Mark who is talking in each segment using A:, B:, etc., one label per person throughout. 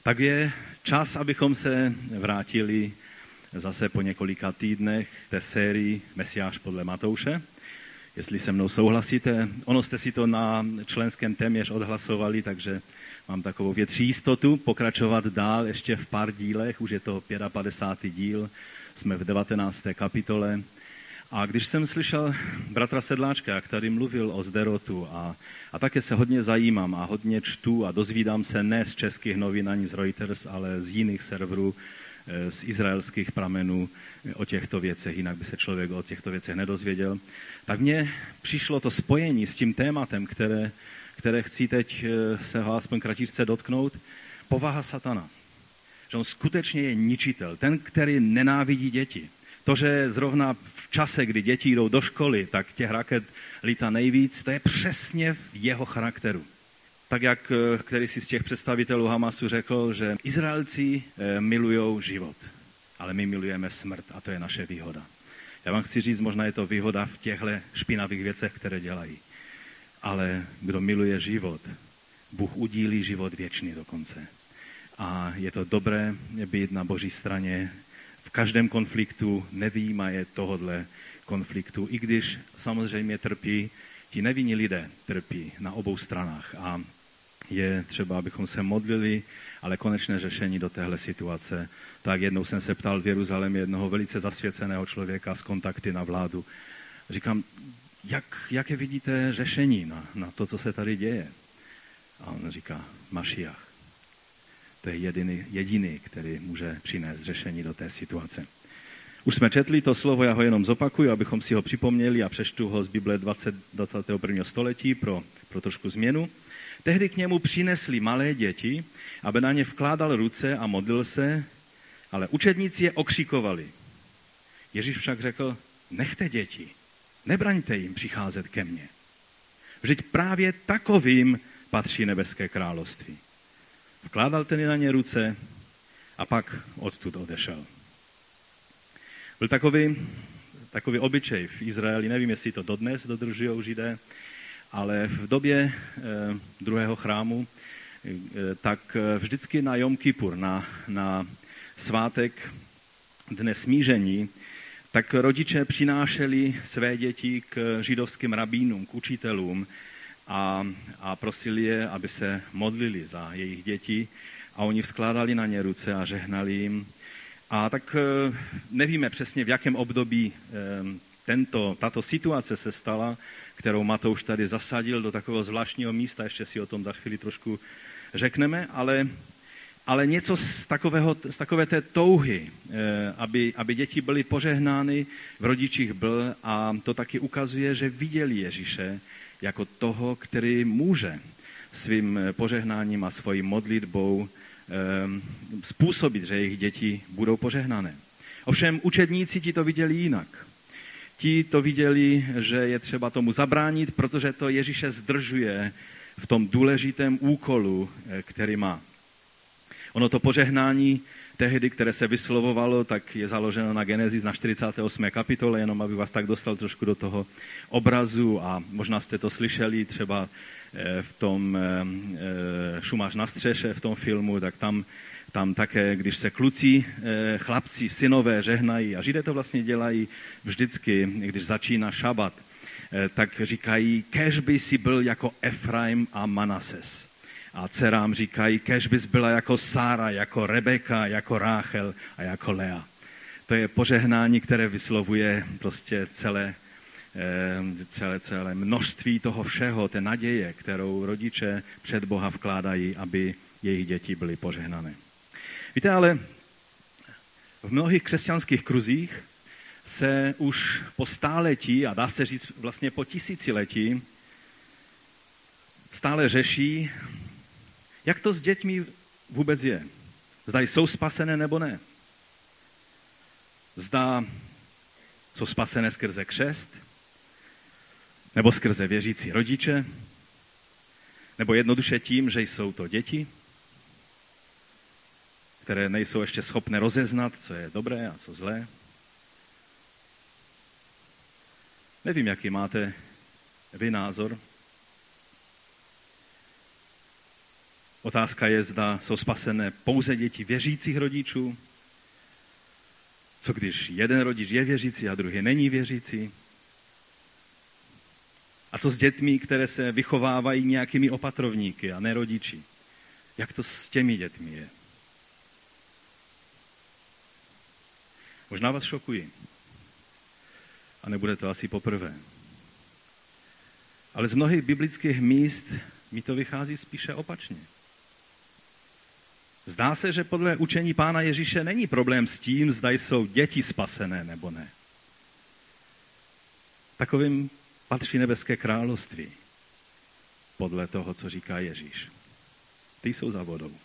A: Tak je čas, abychom se vrátili zase po několika týdnech té sérii Mesiáš podle Matouše. Jestli se mnou souhlasíte, ono jste si to na členském téměř odhlasovali, takže mám takovou větší jistotu pokračovat dál ještě v pár dílech, už je to 55. díl, jsme v 19. kapitole. A když jsem slyšel bratra Sedláčka, jak tady mluvil o Zderotu a také se hodně zajímám a hodně čtu a dozvídám se ne z českých novin ani z Reuters, ale z jiných serverů, z izraelských pramenů o těchto věcech, jinak by se člověk o těchto věcech nedozvěděl, tak mně přišlo to spojení s tím tématem, které chci teď se ho aspoň kratičce dotknout, povaha satana. Že on skutečně je ničitel, ten, který nenávidí děti. To, že zrovna v čase, kdy děti jdou do školy, tak těch raket lítá nejvíc, to je přesně v jeho charakteru. Tak jak který si z těch představitelů Hamasu řekl, že Izraelci milujou život, ale my milujeme smrt a to je naše výhoda. Já vám chci říct, možná je to výhoda v těchto špinavých věcech, které dělají. Ale kdo miluje život, Bůh udílí život věčný dokonce. A je to dobré být na Boží straně v každém konfliktu, nevyjímaje tohodle konfliktu, i když samozřejmě trpí, ti nevinní lidé trpí na obou stranách a je třeba, abychom se modlili, ale konečné řešení do téhle situace. Tak jednou jsem se ptal v Jeruzalémě jednoho velice zasvěceného člověka z kontakty na vládu. Říkám, jaké vidíte řešení na to, co se tady děje? A on říká, Mašiach. To je jediný, který může přinést řešení do té situace. Už jsme četli to slovo, já ho jenom zopakuju, abychom si ho připomněli a přečtu ho z Bible 21. století pro trošku změnu. Tehdy k němu přinesli malé děti, aby na ně vkládal ruce a modlil se, ale učedníci je okřikovali. Ježíš však řekl, nechte děti, nebraňte jim přicházet ke mně. Vždyť právě takovým patří nebeské království. Vkládal tedy na ně ruce a pak odtud odešel. Byl takový obyčej v Izraeli, nevím, jestli to dodnes dodržujou Židé, ale v době druhého chrámu, tak vždycky na Jom Kipur, na svátek Dne smíření, tak rodiče přinášeli své děti k židovským rabínům, k učitelům a prosili je, aby se modlili za jejich děti a oni vzkládali na ně ruce a žehnali jim. A tak nevíme přesně, v jakém období tato situace se stala, kterou Matouš tady zasadil do takového zvláštního místa, ještě si o tom za chvíli trošku řekneme, ale něco z takové té touhy, aby děti byly požehnány, v rodičích byl a to taky ukazuje, že viděli Ježíše jako toho, který může svým požehnáním a svojí modlitbou způsobit, že jejich děti budou požehnané. Ovšem učedníci ti to viděli jinak. Ti to viděli, že je třeba tomu zabránit, protože to Ježíše zdržuje v tom důležitém úkolu, který má. Ono to požehnání tehdy, které se vyslovovalo, tak je založeno na Genesis na 48. kapitole, jenom aby vás tak dostal trošku do toho obrazu a možná jste to slyšeli třeba v tom Šumáš na střeše, v tom filmu, tak tam také, když se kluci, chlapci, synové žehnají a Židé to vlastně dělají vždycky, když začíná šabat, tak říkají, kéž by si byl jako Efraim a Manases. A dcerám říkají, kéž bys byla jako Sára, jako Rebeka, jako Ráchel a jako Lea. To je požehnání, které vyslovuje prostě celé množství toho všeho, té naděje, kterou rodiče před Boha vkládají, aby jejich děti byly požehnané. Víte, ale v mnohých křesťanských kruzích se už po stáletí, a dá se říct vlastně po tisíciletí, stále řeší, jak to s dětmi vůbec je. Zda jsou spasené nebo ne. Zda jsou spasené skrze křest, nebo skrze věřící rodiče, nebo jednoduše tím, že jsou to děti, které nejsou ještě schopné rozeznat, co je dobré a co zlé. Nevím, jaký máte vy názor. Otázka je, zda jsou spasené pouze děti věřících rodičů. Co když jeden rodič je věřící a druhý není věřící? A co s dětmi, které se vychovávají nějakými opatrovníky a ne rodiči? Jak to s těmi dětmi je? Možná vás šokuji. A nebude to asi poprvé. Ale z mnohých biblických míst mi to vychází spíše opačně. Zdá se, že podle učení Pána Ježíše není problém s tím, zda jsou děti spasené nebo ne. Takovým patří nebeské království, podle toho, co říká Ježíš. Ty jsou za vodou.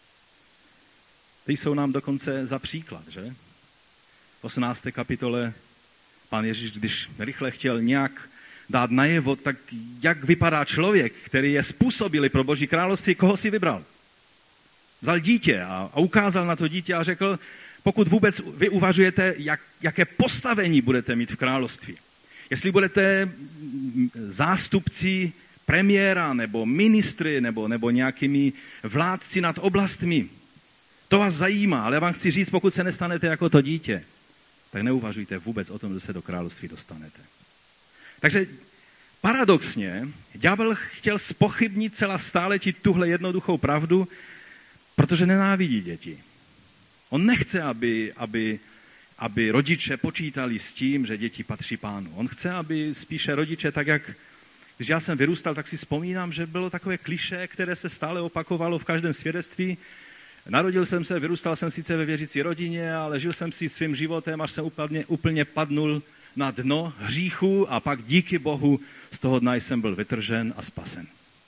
A: Ty jsou nám dokonce za příklad, že? V 18. kapitole Pán Ježíš, když rychle chtěl nějak dát najevo, tak jak vypadá člověk, který je způsobilý pro Boží království, koho si vybral? Vzal dítě a ukázal na to dítě a řekl, pokud vůbec vy uvažujete, jaké postavení budete mít v království. Jestli budete zástupci premiéra nebo ministry nebo nějakými vládci nad oblastmi, to vás zajímá, ale já vám chci říct, pokud se nestanete jako to dítě, tak neuvažujte vůbec o tom, že se do království dostanete. Takže paradoxně, ďábel chtěl zpochybnit celá stáletí tuhle jednoduchou pravdu, protože nenávidí děti. On nechce, aby rodiče počítali s tím, že děti patří Pánu. On chce, aby spíše rodiče, tak jak když já jsem vyrůstal, tak si vzpomínám, že bylo takové klišé, které se stále opakovalo v každém svědectví. Narodil jsem se, vyrůstal jsem sice ve věřící rodině, ale žil jsem si svým životem, až jsem úplně padnul na dno hříchu a pak díky Bohu z toho dna jsem byl vytržen a spasen.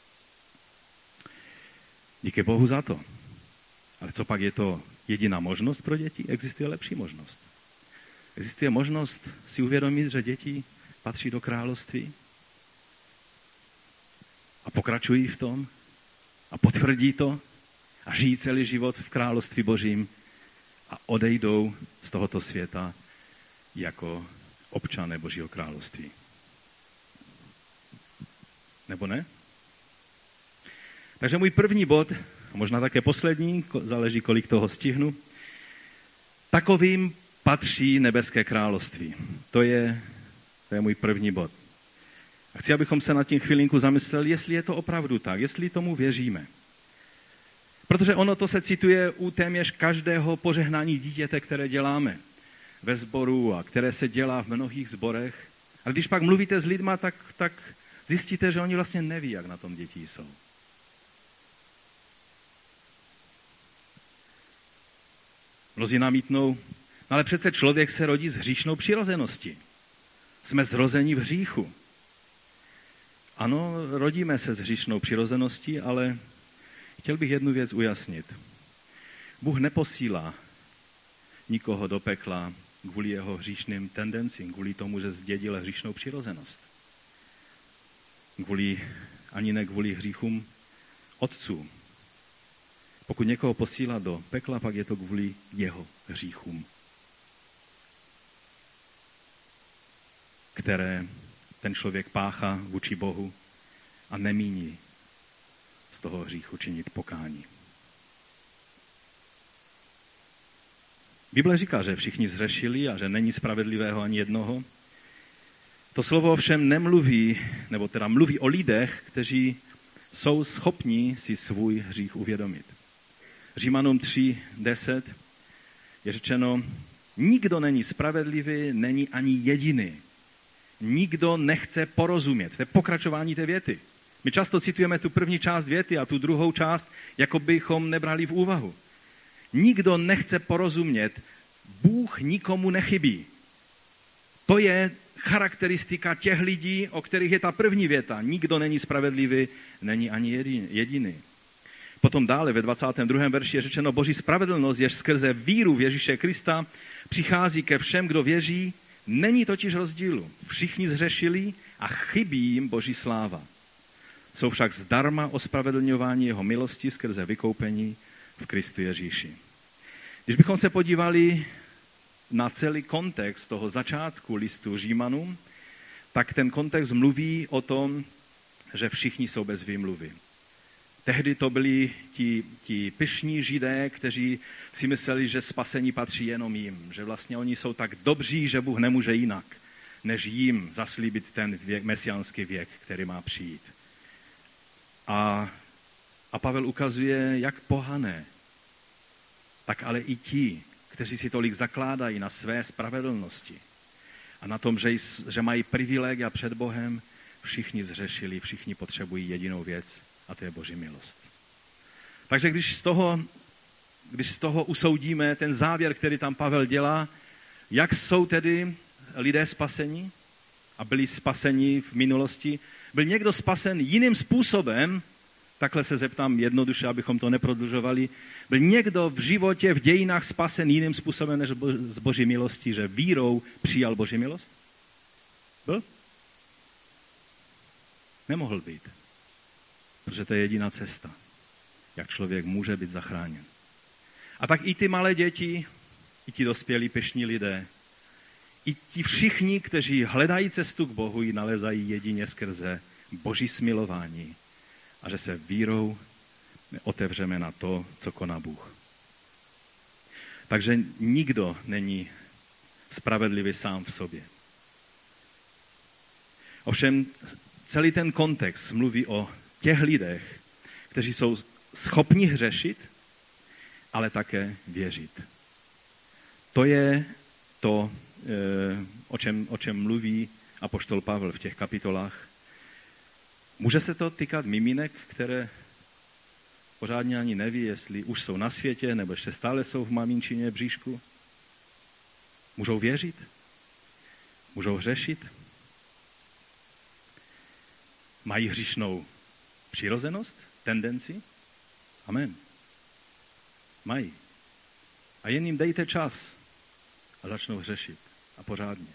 A: Díky Bohu za to. Ale co pak je to jediná možnost pro děti? Existuje lepší možnost. Existuje možnost si uvědomit, že děti patří do království a pokračují v tom a potvrdí to a žijí celý život v království Božím a odejdou z tohoto světa jako občané Božího království. Nebo ne? Takže můj první bod, a možná také poslední, záleží, kolik toho stihnu, takovým patří nebeské království. To je můj první bod. A chci, abychom se nad tím chvilinku zamysleli, jestli je to opravdu tak, jestli tomu věříme. Protože ono to se cituje u téměř každého požehnání dítěte, které děláme ve sboru a které se dělá v mnohých sborech. A když pak mluvíte s lidma, tak zjistíte, že oni vlastně neví, jak na tom děti jsou. Mnozí namítnou, ale přece člověk se rodí s hříšnou přirozeností. Jsme zrozeni v hříchu. Ano, rodíme se s hříšnou přirozeností, ale chtěl bych jednu věc ujasnit. Bůh neposílá nikoho do pekla kvůli jeho hříšným tendencím, kvůli tomu, že zdědil hříšnou přirozenost. Ani ne kvůli hříchům otců. Pokud někoho posílá do pekla, pak je to kvůli jeho hříchům, které ten člověk páchá vůči Bohu a nemíní z toho hříchu činit pokání. Bible říká, že všichni zhřešili a že není spravedlivého ani jednoho. To slovo ovšem nemluví, nebo teda mluví o lidech, kteří jsou schopni si svůj hřích uvědomit. Římanům 3:10 je řečeno, nikdo není spravedlivý, není ani jediný. Nikdo nechce porozumět. To je pokračování té věty. My často citujeme tu první část věty a tu druhou část, jako bychom nebrali v úvahu. Nikdo nechce porozumět. Bůh nikomu nechybí. To je charakteristika těch lidí, o kterých je ta první věta. Nikdo není spravedlivý, není ani jediný. Potom dále ve 22. verši je řečeno, Boží spravedlnost, jež skrze víru v Ježíše Krista přichází ke všem, kdo věří, není totiž rozdílu. Všichni zhřešili a chybí jim Boží sláva. Jsou však zdarma ospravedlňování jeho milosti skrze vykoupení v Kristu Ježíši. Když bychom se podívali na celý kontext toho začátku listu Římanům, tak ten kontext mluví o tom, že všichni jsou bez výmluvy. Tehdy to byli ti pyšní Židé, kteří si mysleli, že spasení patří jenom jim, že vlastně oni jsou tak dobří, že Bůh nemůže jinak, než jim zaslíbit ten mesiánský věk, který má přijít. A Pavel ukazuje, jak pohané, tak ale i ti, kteří si tolik zakládají na své spravedlnosti a na tom, že mají privilegia před Bohem, všichni zřešili, všichni potřebují jedinou věc, a to je Boží milost. Takže když z toho usoudíme ten závěr, který tam Pavel dělá, jak jsou tedy lidé spaseni a byli spaseni v minulosti, byl někdo spasen jiným způsobem, takhle se zeptám jednoduše, abychom to neprodlužovali, byl někdo v životě, v dějinách spasen jiným způsobem než z Boží milosti, že vírou přijal Boží milost? Byl? Nemohl být. Protože to je jediná cesta, jak člověk může být zachráněn. A tak i ty malé děti, i ti dospělí pyšní lidé, i ti všichni, kteří hledají cestu k Bohu, ji nalezají jedině skrze Boží smilování a že se vírou otevřeme na to, co koná Bůh. Takže nikdo není spravedlivý sám v sobě. Ovšem celý ten kontext mluví o těch lidech, kteří jsou schopni hřešit, ale také věřit. To je to, o čem mluví apoštol Pavel v těch kapitolách. Může se to týkat miminek, které pořádně ani neví, jestli už jsou na světě, nebo ještě stále jsou v maminčině bříšku. Můžou věřit? Můžou hřešit? Mají hříšnou přirozenost, tendenci? Amen. Mají. A jen jim dejte čas a začnou hřešit. A pořádně.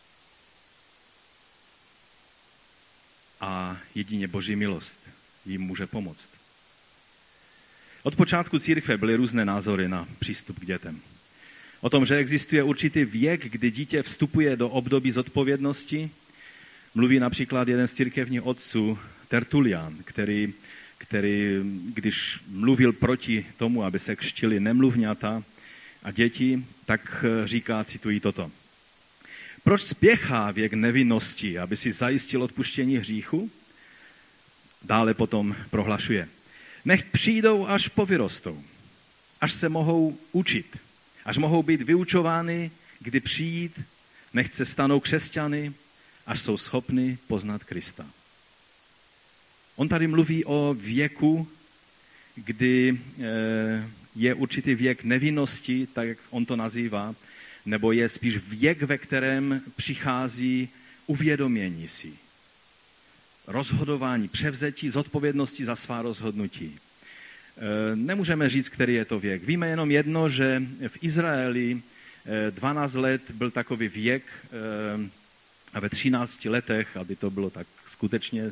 A: A jedině Boží milost jim může pomoct. Od počátku církve byly různé názory na přístup k dětem. O tom, že existuje určitý věk, kdy dítě vstupuje do období zodpovědnosti, mluví například jeden z církevních otců, Tertulian, který když mluvil proti tomu, aby se křtili nemluvňata a děti, tak říká, cituji toto. Proč spěchá věk nevinnosti, aby si zajistil odpuštění hříchu? Dále potom prohlašuje. Nech přijdou, až povyrostou, až se mohou učit, až mohou být vyučovány, kdy přijít, nech se stanou křesťany, až jsou schopni poznat Krista. On tady mluví o věku, kdy je určitý věk nevinnosti, tak jak on to nazývá, nebo je spíš věk, ve kterém přichází uvědomění si. Rozhodování, převzetí zodpovědnosti za svá rozhodnutí. Nemůžeme říct, který je to věk. Víme jenom jedno, že v Izraeli 12 let byl takový věk a ve 13 letech, aby to bylo tak skutečně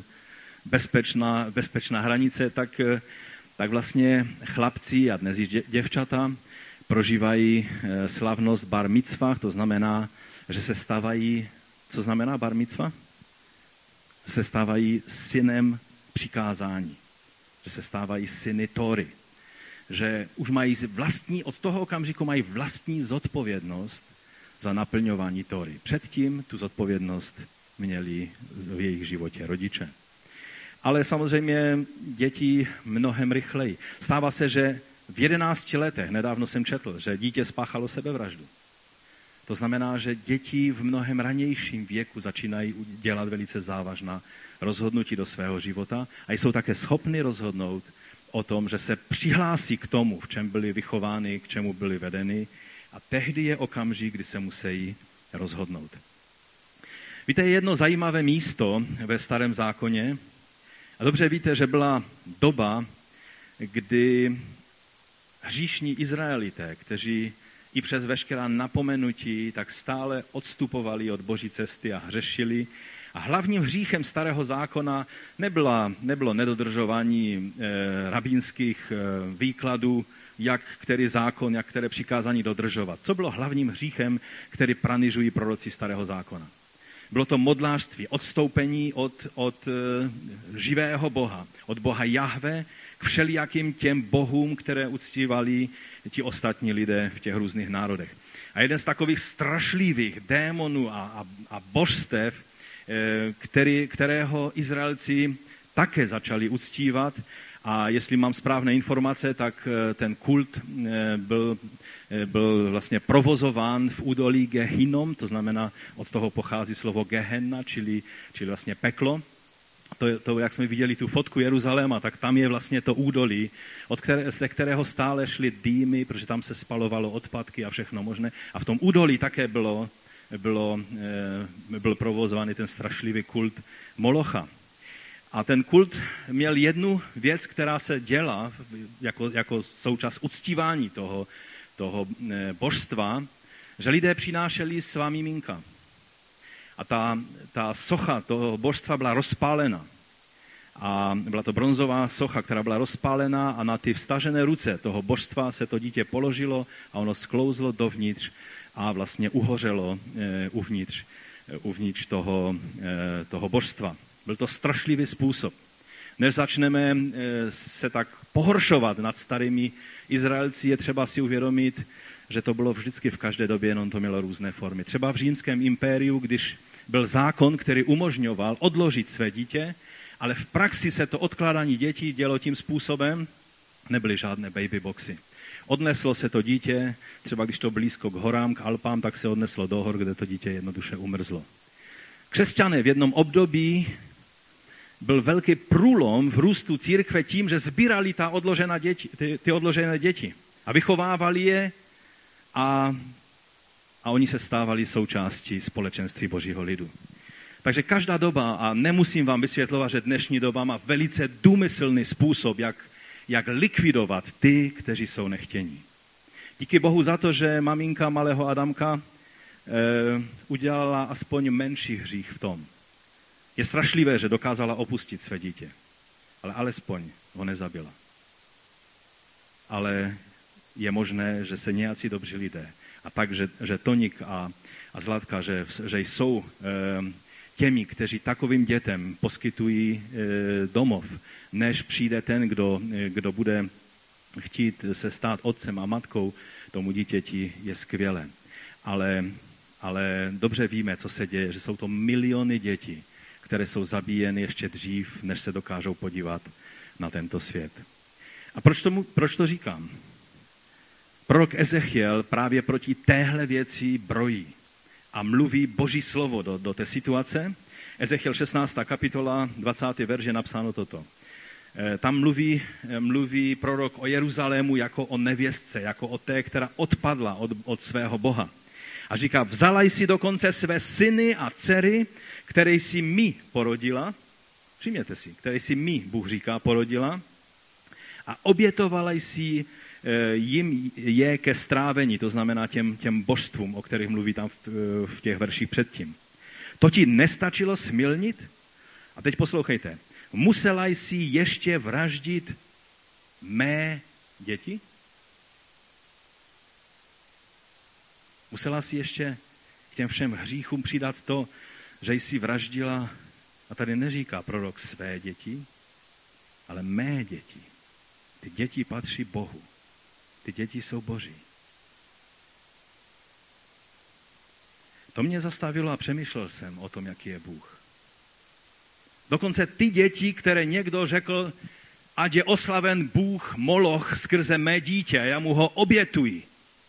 A: bezpečná hranice, tak vlastně chlapci a dnes i děvčata prožívají slavnost bar micvah, to znamená, že se stávají, co znamená bar micvah? Se stávají synem přikázání, že se stávají syny Tóry, že už mají od toho okamžiku mají vlastní zodpovědnost za naplňování Tóry. Předtím tu zodpovědnost měli v jejich životě rodiče. Ale samozřejmě děti mnohem rychleji. Stává se, že v 11 letech, nedávno jsem četl, že dítě spáchalo sebevraždu. To znamená, že děti v mnohem ranějším věku začínají dělat velice závažná rozhodnutí do svého života a jsou také schopni rozhodnout o tom, že se přihlásí k tomu, v čem byli vychováni, k čemu byli vedeni a tehdy je okamžik, kdy se musí rozhodnout. Víte, je jedno zajímavé místo ve Starém zákoně a dobře víte, že byla doba, kdy hříšní Izraelité, kteří i přes veškerá napomenutí tak stále odstupovali od Boží cesty a hřešili. A hlavním hříchem Starého zákona nebylo nedodržování rabínských výkladů, jak který zákon, jak které přikázání dodržovat. Co bylo hlavním hříchem, který pranižují proroci Starého zákona? Bylo to modlářství, odstoupení od živého Boha, od Boha Jahve, k všelijakým těm bohům, které uctívali ti ostatní lidé v těch různých národech. A jeden z takových strašlivých démonů a božstev, kterého Izraelci také začali uctívat, a jestli mám správné informace, tak ten kult byl vlastně provozován v údolí Gehinnom, to znamená, od toho pochází slovo Gehenna, čili vlastně peklo. To, jak jsme viděli tu fotku Jeruzaléma, tak tam je vlastně to údolí, ze kterého stále šly dýmy, protože tam se spalovalo odpadky a všechno možné. A v tom údolí také byl provozovaný ten strašlivý kult Molocha. A ten kult měl jednu věc, která se děla jako součást uctívání toho božstva, že lidé přinášeli svá miminka. A ta socha toho božstva byla rozpálena. A byla to bronzová socha, která byla rozpálena a na ty vztažené ruce toho božstva se to dítě položilo a ono sklouzlo dovnitř a vlastně uhořelo uvnitř toho božstva. Byl to strašlivý způsob. Než začneme se tak pohoršovat nad starými Izraelci, je třeba si uvědomit, že to bylo vždycky v každé době, jenom to mělo různé formy. Třeba v římském impériu, když byl zákon, který umožňoval odložit své dítě, ale v praxi se to odkládání dětí dělo tím způsobem, nebyly žádné babyboxy. Odneslo se to dítě, třeba když to blízko k horám, k Alpám, tak se odneslo do hor, kde to dítě jednoduše umrzlo. Křesťané v jednom období byl velký průlom v růstu církve tím, že sbírali ty odložené děti a vychovávali je a oni se stávali součástí společenství Božího lidu. Takže každá doba, a nemusím vám vysvětlovat, že dnešní doba má velice důmyslný způsob, jak likvidovat ty, kteří jsou nechtění. Díky Bohu za to, že maminka malého Adamka udělala aspoň menší hřích v tom. Je strašlivé, že dokázala opustit své dítě, ale alespoň ho nezabila. Ale je možné, že se nějací dobří lidé a tak, že Tonik a Zlatka, že jsou těmi, kteří takovým dětem poskytují domov, než přijde ten, kdo bude chtít se stát otcem a matkou tomu dítěti, je skvělé. Ale dobře víme, co se děje, že jsou to miliony dětí, které jsou zabíjeny ještě dřív, než se dokážou podívat na tento svět. A proč to říkám? Prorok Ezechiel právě proti téhle věci brojí a mluví Boží slovo do té situace. Ezechiel 16. kapitola, 20. verš je napsáno toto. Tam mluví prorok o Jeruzalému jako o nevěstce, jako o té, která odpadla od svého Boha. A říká, vzala jsi dokonce své syny a dcery, které jsi mi porodila, přijměte si, které jsi mi, Bůh říká, porodila, a obětovala jsi jim je ke strávení, to znamená těm božstvům, o kterých mluví tam v těch verších předtím. To ti nestačilo smilnit? A teď poslouchejte. Musela jsi ještě vraždit mé děti? Musela jsi ještě k těm všem hříchům přidat to, že jsi vraždila, a tady neříká prorok své děti, ale mé děti. Ty děti patří Bohu. Ty děti jsou Boží. To mě zastavilo a přemýšlel jsem o tom, jaký je Bůh. Dokonce ty děti, které někdo řekl, ať je oslaven Bůh Moloch skrze mé dítě, já mu ho obětuji.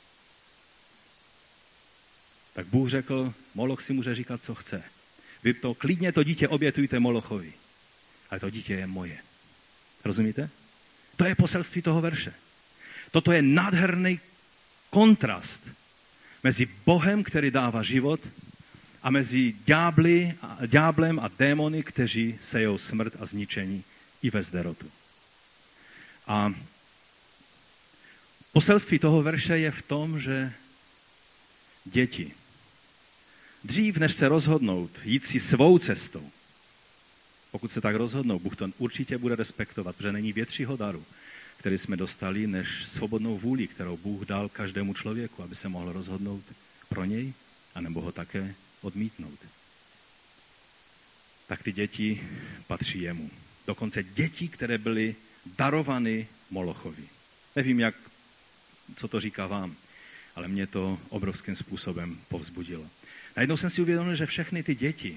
A: Tak Bůh řekl, Moloch si může říkat, co chce. Vy to klidně to dítě obětujte Molochovi. Ale to dítě je moje. Rozumíte? To je poselství toho verše. Toto je nádherný kontrast mezi Bohem, který dává život, a mezi ďáblem a démony, kteří sejou smrt a zničení i ve Sderotu. A poselství toho verše je v tom, že děti, dřív než se rozhodnout jít si svou cestou, pokud se tak rozhodnou, Bůh to určitě bude respektovat, protože není většího daru, který jsme dostali, než svobodnou vůli, kterou Bůh dal každému člověku, aby se mohl rozhodnout pro něj, anebo ho také odmítnout. Tak ty děti patří jemu. Dokonce děti, které byly darovaný Molochovi. Nevím, co to říká vám, ale mě to obrovským způsobem povzbudilo. Najednou jsem si uvědomil, že všechny ty děti,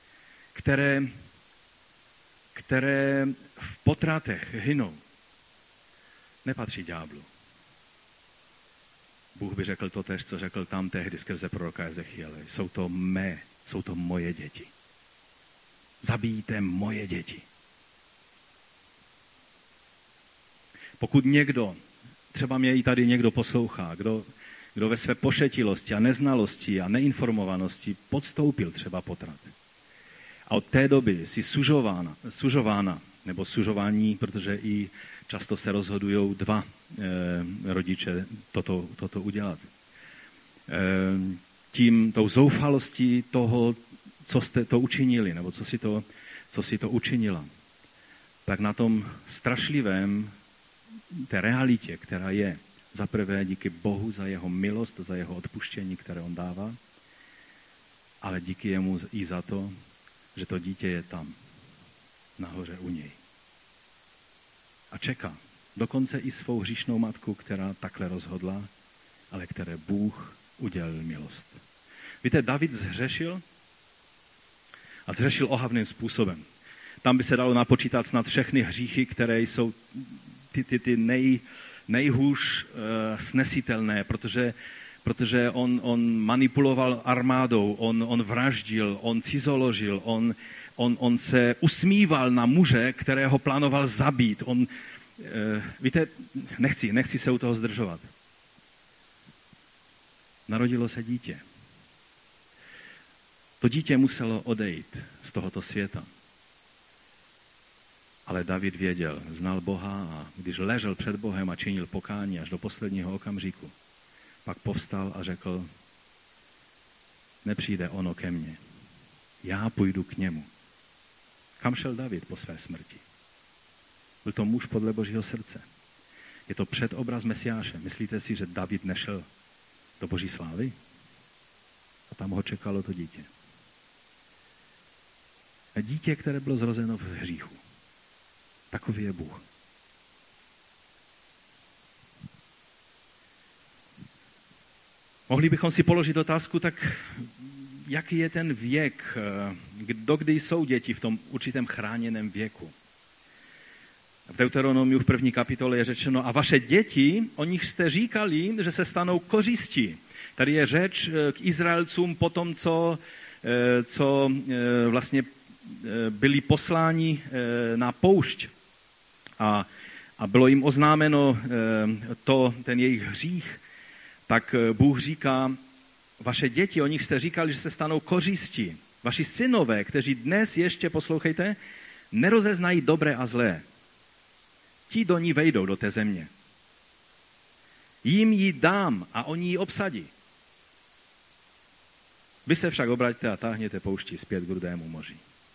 A: které v potratech hynou, nepatří ďáblu. Bůh by řekl totéž, co řekl tam tehdy skrze proroka Ezechiele. Jsou to moje děti. Zabijte moje děti. Pokud někdo, třeba mě i tady někdo poslouchá, kdo ve své pošetilosti a neznalosti a neinformovanosti podstoupil třeba potrat. A od té doby si sužována, nebo sužování, protože i často se rozhodují dva rodiče toto udělat. Tou zoufalostí toho, co jste to učinili, nebo co si to učinila, tak na tom strašlivém, té realitě, která je zaprvé díky Bohu za jeho milost, za jeho odpuštění, které on dává, ale díky jemu i za to, že to dítě je tam, nahoře u něj. A čeká dokonce i svou hříšnou matku, která takhle rozhodla, ale které Bůh udělil milost. Víte, David zhřešil a zhřešil ohavným způsobem. Tam by se dalo napočítat snad všechny hříchy, které jsou ty nejhůř snesitelné, protože on manipuloval armádou, on vraždil, on cizoložil, on se usmíval na muže, kterého plánoval zabít. Víte, nechci se u toho zdržovat. Narodilo se dítě. To dítě muselo odejít z tohoto světa. Ale David věděl, znal Boha a když ležel před Bohem a činil pokání až do posledního okamžiku, pak povstal a řekl, nepřijde ono ke mně, já půjdu k němu. Kam šel David po své smrti? Byl to muž podle Božího srdce. Je to předobraz Mesiáše. Myslíte si, že David nešel do Boží slávy? A tam ho čekalo to dítě. A dítě, které bylo zrozeno v hříchu. Takový je Bůh. Mohli bychom si položit otázku, tak jaký je ten věk, dokdy jsou děti v tom určitém chráněném věku. V Deuteronomiu v 1. kapitole je řečeno, a vaše děti, o nich jste říkali, že se stanou kořistí. Tady je řeč k Izraelcům po tom, co vlastně byli posláni na poušť. A bylo jim oznámeno ten jejich hřích, tak Bůh říká, vaše děti, o nich jste říkali, že se stanou kořistí. Vaši synové, kteří dnes ještě, poslouchejte, nerozeznají dobré a zlé. Ti do ní vejdou, do té země. Jim ji dám a oni ji obsadí. Vy se však obraťte a táhněte poušti zpět k Rudému moři.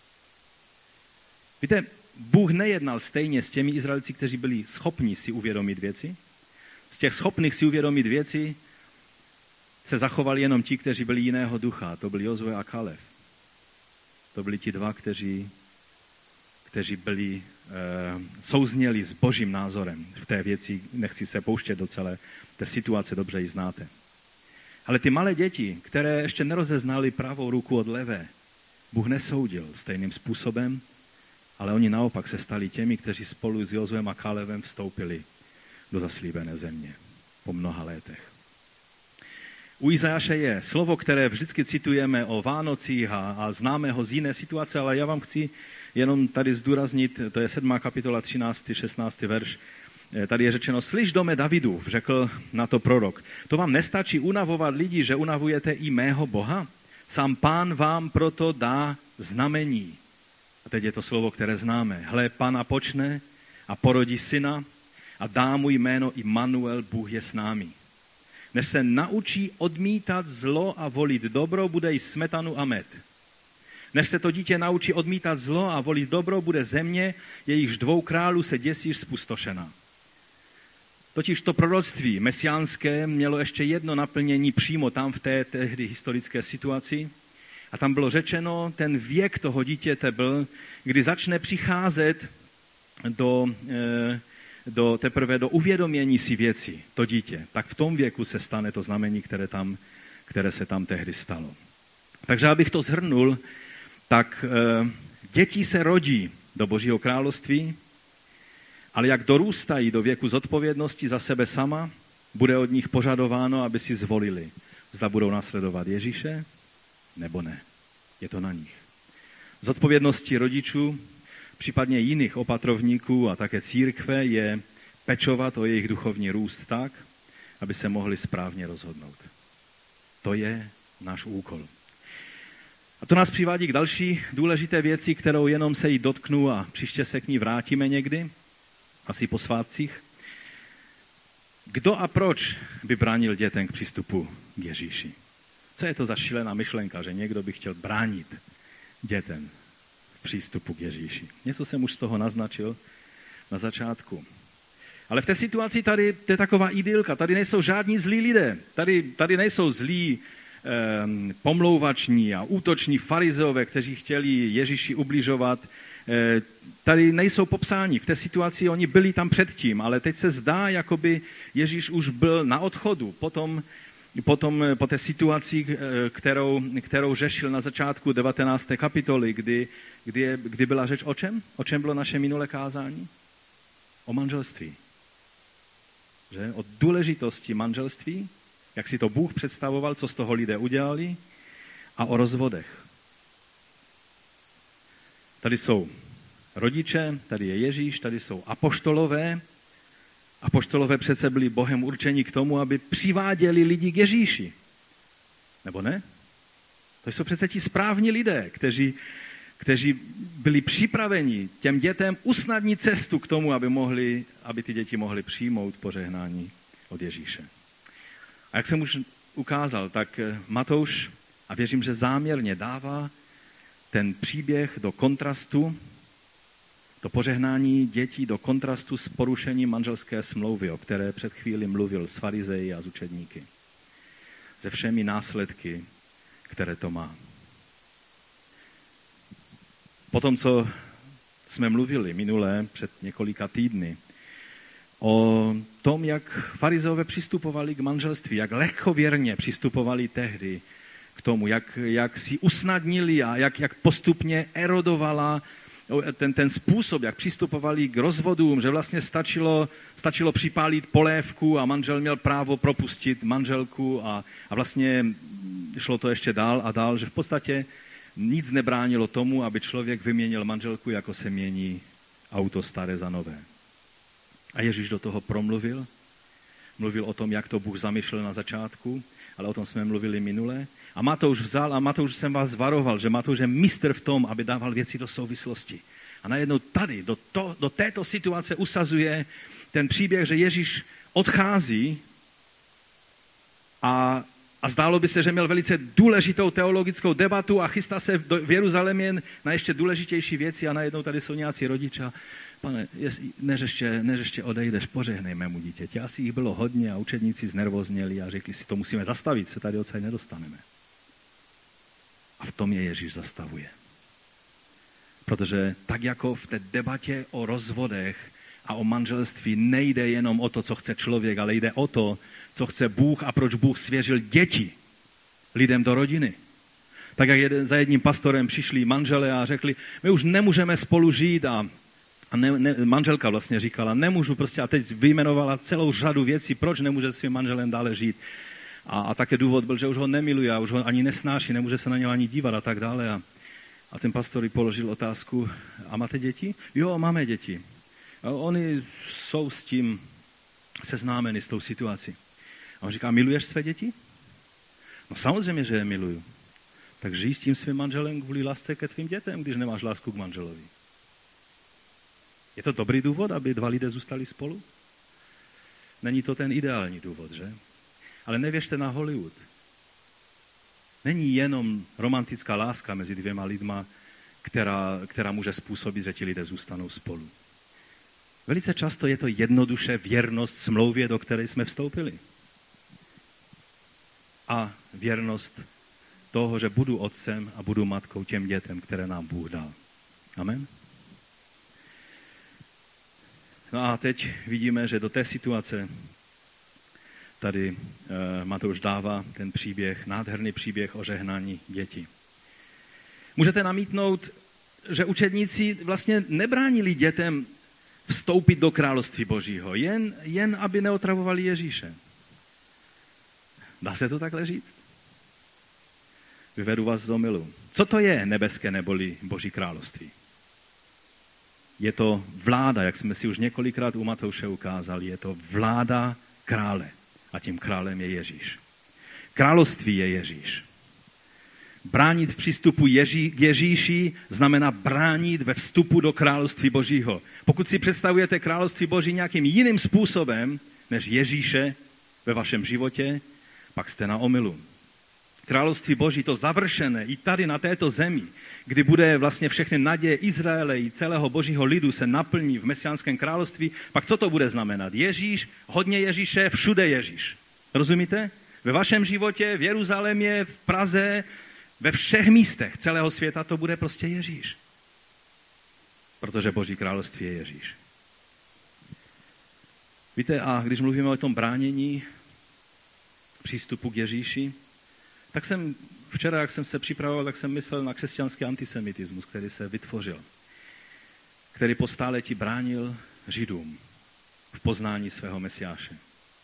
A: Víte, Bůh nejednal stejně s těmi Izraelci, kteří byli schopni si uvědomit věci. Z těch schopných si uvědomit věci se zachovali jenom ti, kteří byli jiného ducha. To byli Jozue a Kalev. To byli ti dva, kteří byli souzněli s Božím názorem v té věci. Nechci se pouštět do celé té situace, dobře ji znáte. Ale ty malé děti, které ještě nerozeznali pravou ruku od levé, Bůh nesoudil stejným způsobem, ale oni naopak se stali těmi, kteří spolu s Jozuem a Kálevem vstoupili do zaslíbené země po mnoha letech. U Izajáše je slovo, které vždycky citujeme o Vánocích a známe ho z jiné situace, ale já vám chci jenom tady zdůraznit, to je 7. kapitola 13. 16. verš. Tady je řečeno, slyš dome Davidův, řekl na to prorok, to vám nestačí unavovat lidi, že unavujete i mého Boha? Sám Pán vám proto dá znamení. A teď je to slovo, které známe. Hle, Pana počne a porodí syna a dá mu jméno Immanuel, Bůh je s námi. Než se naučí odmítat zlo a volit dobro, bude jí smetanu a med. Než se to dítě naučí odmítat zlo a volit dobro, bude země, jejichž 2 králů se děsí spustošena. Totiž to proroctví mesiánské mělo ještě jedno naplnění přímo tam v té tehdy historické situaci. A tam bylo řečeno, ten věk toho dítěte byl, kdy začne přicházet teprve do uvědomění si věci, to dítě, tak v tom věku se stane to znamení, které se tam tehdy stalo. Takže abych to shrnul, tak děti se rodí do Božího království, ale jak dorůstají do věku zodpovědnosti za sebe sama, bude od nich požadováno, aby si zvolili, zda budou následovat Ježíše, nebo ne. Je to na nich. Zodpovědností rodičů, případně jiných opatrovníků a také církve je pečovat o jejich duchovní růst tak, aby se mohli správně rozhodnout. To je náš úkol. A to nás přivádí k další důležité věci, kterou jenom se jí dotknu a příště se k ní vrátíme někdy, asi po svátcích. Kdo a proč by bránil dětem k přístupu k Ježíši? Co je to za šílená myšlenka, že někdo by chtěl bránit dětem v přístupu k Ježíši? Něco jsem už z toho naznačil na začátku. Ale v té situaci tady, to je taková idylka, tady nejsou žádní zlí lidé, tady nejsou zlí pomlouvační a útoční farizeové, kteří chtěli Ježíši ubližovat. Tady nejsou popsáni. V té situaci oni byli tam předtím, ale teď se zdá, jakoby Ježíš už byl na odchodu. Po té situaci, kterou řešil na začátku 19. kapitoly, kdy byla řeč o čem? O čem bylo naše minulé kázání? O manželství. Že? O důležitosti manželství, jak si to Bůh představoval, co z toho lidé udělali, a o rozvodech. Tady jsou rodiče, tady je Ježíš, tady jsou apoštolové. Apoštolové přece byli Bohem určeni k tomu, aby přiváděli lidi k Ježíši. Nebo ne? To jsou přece ti správní lidé, kteří byli připraveni těm dětem usnadnit cestu k tomu, aby ty děti mohly přijmout požehnání od Ježíše. A jak jsem už ukázal, tak Matouš, a věřím, že záměrně dává ten příběh do kontrastu, to požehnání dětí do kontrastu s porušením manželské smlouvy, o které před chvíli mluvil s farizeji a s učedníky. Se všemi následky, které to má. Potom, co jsme mluvili minulé, před několika týdny, o tom, jak farizeové přistupovali k manželství, jak lehkověrně přistupovali tehdy k tomu, jak si usnadnili a jak postupně erodovala ten způsob, jak přistupovali k rozvodům, že vlastně stačilo připálit polévku a manžel měl právo propustit manželku a vlastně šlo to ještě dál a dál, že v podstatě nic nebránilo tomu, aby člověk vyměnil manželku, jako se mění auto staré za nové. A Ježíš do toho promluvil. Mluvil o tom, jak to Bůh zamýšlel na začátku, ale o tom jsme mluvili minule. A Matouš vzal, a Matouš jsem vás varoval, že Matouš je mistr v tom, aby dával věci do souvislosti. A najednou tady, do této situace usazuje ten příběh, že Ježíš odchází a zdálo by se, že měl velice důležitou teologickou debatu a chystá se v Jeruzalémě na ještě důležitější věci a najednou tady jsou nějací rodiče. Pane, než ještě odejdeš, požehnej mému dítěti. Asi jich bylo hodně a učedníci znervozněli a řekli si, to musíme zastavit, se tady odsaď nedostaneme. A v tom je Ježíš zastavuje. Protože tak jako v té debatě o rozvodech a o manželství nejde jenom o to, co chce člověk, ale jde o to, co chce Bůh a proč Bůh svěřil děti lidem do rodiny. Tak jak za jedním pastorem přišli manželé a řekli, my už nemůžeme spolu žít a manželka vlastně říkala, nemůžu prostě, a teď vyjmenovala celou řadu věcí, proč nemůže s svým manželem dále žít. A také důvod byl, že už ho nemiluje a už ho ani nesnáší, nemůže se na něho ani dívat a tak dále. A ten pastor položil otázku, a máte děti? Jo, máme děti. A oni jsou s tím seznámeni, s tou situací. A on říká, miluješ své děti? No samozřejmě, že je miluju. Tak žij s tím svým manželem kvůli lásce ke tvým dětem, když nemáš lásku k manželovi. Je to dobrý důvod, aby dva lidé zůstali spolu? Není to ten ideální důvod, že? Ale nevěřte na Hollywood. Není jenom romantická láska mezi dvěma lidma, která může způsobit, že ti lidé zůstanou spolu. Velice často je to jednoduše věrnost smlouvě, do které jsme vstoupili. A věrnost toho, že budu otcem a budu matkou těm dětem, které nám Bůh dal. Amen. No a teď vidíme, že do té situace tady Matouš dává ten příběh, nádherný příběh o žehnání dětí. Můžete namítnout, že učedníci vlastně nebránili dětem vstoupit do království Božího, jen aby neotravovali Ježíše. Dá se to takhle říct? Vyvedu vás z omylu. Co to je nebeské neboli Boží království? Je to vláda, jak jsme si už několikrát u Matouše ukázali, je to vláda krále. A tím králem je Ježíš. Království je Ježíš. Bránit v přístupu k Ježíši znamená bránit ve vstupu do království Božího. Pokud si představujete království Boží nějakým jiným způsobem než Ježíše ve vašem životě, pak jste na omylu. Království Boží, to završené i tady na této zemi, kdy bude vlastně všechny naděje Izraele i celého Božího lidu se naplní v mesiánském království, pak co to bude znamenat? Ježíš, hodně Ježíše, všude Ježíš. Rozumíte? Ve vašem životě, v Jeruzalémě, v Praze, ve všech místech celého světa to bude prostě Ježíš. Protože Boží království je Ježíš. Víte, a když mluvíme o tom bránění přístupu k Ježíši, tak jsem včera, jak jsem se připravoval, tak jsem myslel na křesťanský antisemitismus, který se vytvořil, který po stáletí bránil Židům v poznání svého Mesiáše.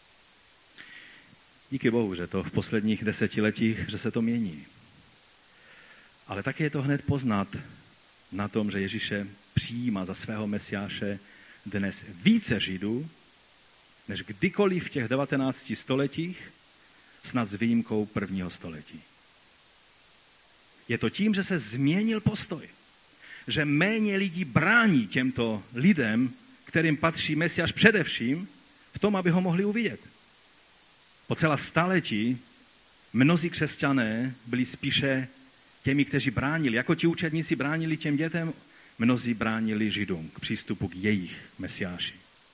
A: Díky Bohu, že to v posledních desetiletích, že se to mění. Ale také je to hned poznat na tom, že Ježíše přijímá za svého Mesiáše dnes více Židů, než kdykoliv v těch 19 stoletích, snad s výjimkou prvního století. Je to tím, že se změnil postoj. Že méně lidí brání těmto lidem, kterým patří Mesiáš především, v tom, aby ho mohli uvidět. Po celá staletí mnozí křesťané byli spíše těmi, kteří bránili, jako ti učedníci bránili těm dětem, mnozí bránili Židům k přístupu k jejich Mesiáši.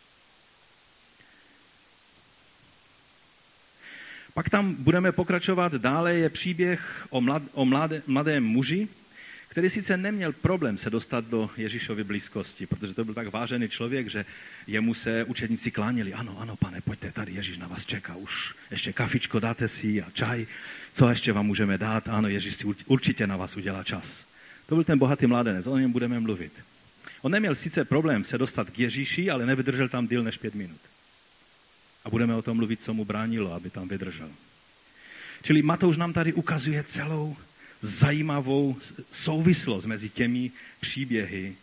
A: Pak tam budeme pokračovat dále, je příběh o mladém muži, který sice neměl problém se dostat do Ježíšovy blízkosti, protože to byl tak vážený člověk, že jemu se učedníci kláněli. Ano, pane, pojďte, tady Ježíš na vás čeká, už ještě kafičko dáte si a čaj, co ještě vám můžeme dát? Ano, Ježíš si určitě na vás udělá čas. To byl ten bohatý mládenec, o něm budeme mluvit. On neměl sice problém se dostat k Ježíši, ale nevydržel tam díl než 5 minut. A budeme o tom mluvit, co mu bránilo, aby tam vydržel. Čili Matouš nám tady ukazuje celou zajímavou souvislost mezi těmi příběhy,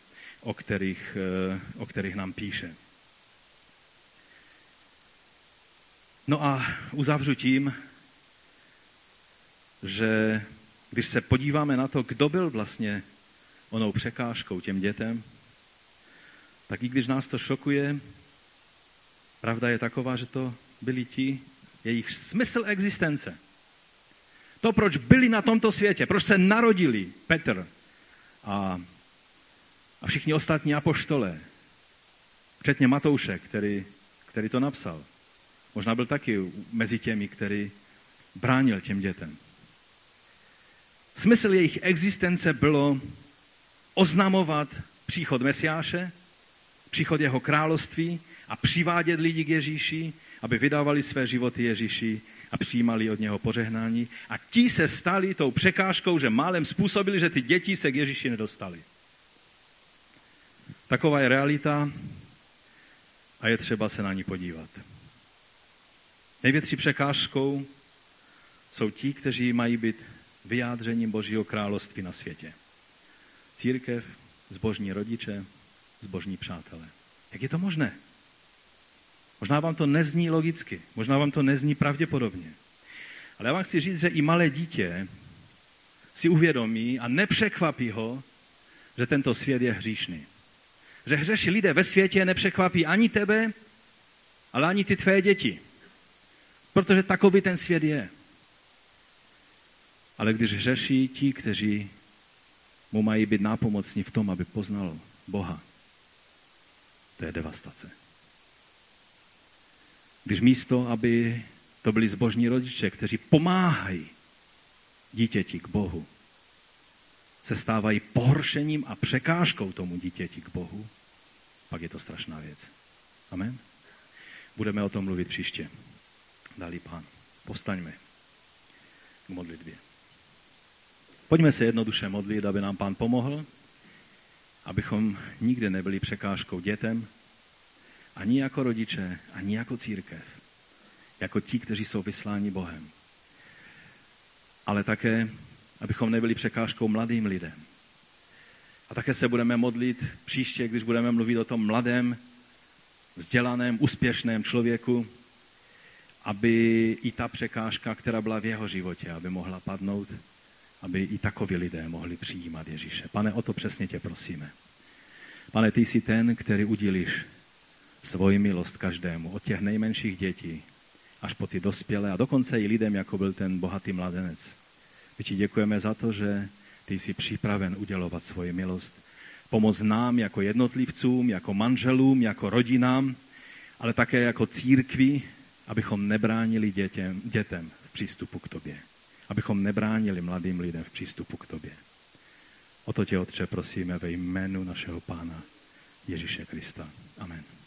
A: o kterých nám píše. No a uzavřu tím, že když se podíváme na to, kdo byl vlastně onou překážkou těm dětem, tak i když nás to šokuje, pravda je taková, že to byli ti, jejich smysl existence. To, proč byli na tomto světě, proč se narodili Petr a všichni ostatní apoštolé, včetně Matouše, který to napsal. Možná byl taky mezi těmi, který bránil těm dětem. Smysl jejich existence bylo oznamovat příchod Mesiáše, příchod jeho království a přivádět lidi k Ježíši, aby vydávali své životy Ježíši a přijímali od něho požehnání. A ti se stali tou překážkou, že málem způsobili, že ty děti se k Ježíši nedostali. Taková je realita a je třeba se na ní podívat. Největší překážkou jsou ti, kteří mají být vyjádřením Božího království na světě. Církev, zbožní rodiče, zbožní přátelé. Jak je to možné? Možná vám to nezní logicky, možná vám to nezní pravděpodobně. Ale já vám chci říct, že i malé dítě si uvědomí a nepřekvapí ho, že tento svět je hříšný. Že hřeší lidé ve světě nepřekvapí ani tebe, ale ani ty tvé děti. Protože takový ten svět je. Ale když hřeší ti, kteří mu mají být nápomocní v tom, aby poznal Boha, to je devastace. Když místo, aby to byli zbožní rodiče, kteří pomáhají dítěti k Bohu, se stávají pohoršením a překážkou tomu dítěti k Bohu, pak je to strašná věc. Amen. Budeme o tom mluvit příště. Dali Pán. Povstaňme k modlitbě. Pojďme se jednoduše modlit, aby nám Pán pomohl, abychom nikdy nebyli překážkou dětem, ani jako rodiče, ani jako církev, jako ti, kteří jsou vysláni Bohem. Ale také, abychom nebyli překážkou mladým lidem. A také se budeme modlit příště, když budeme mluvit o tom mladém, vzdělaném, úspěšném člověku, aby i ta překážka, která byla v jeho životě, aby mohla padnout, aby i takoví lidé mohli přijímat Ježíše. Pane, o to přesně tě prosíme. Pane, ty jsi ten, který udílíš svoji milost každému, od těch nejmenších dětí až po ty dospělé a dokonce i lidem, jako byl ten bohatý mladenec. My ti děkujeme za to, že ty jsi připraven udělovat svoji milost. Pomoz nám jako jednotlivcům, jako manželům, jako rodinám, ale také jako církvi, abychom nebránili dětem v přístupu k tobě. Abychom nebránili mladým lidem v přístupu k tobě. O to tě, Otče, prosíme ve jménu našeho Pána Ježíše Krista. Amen.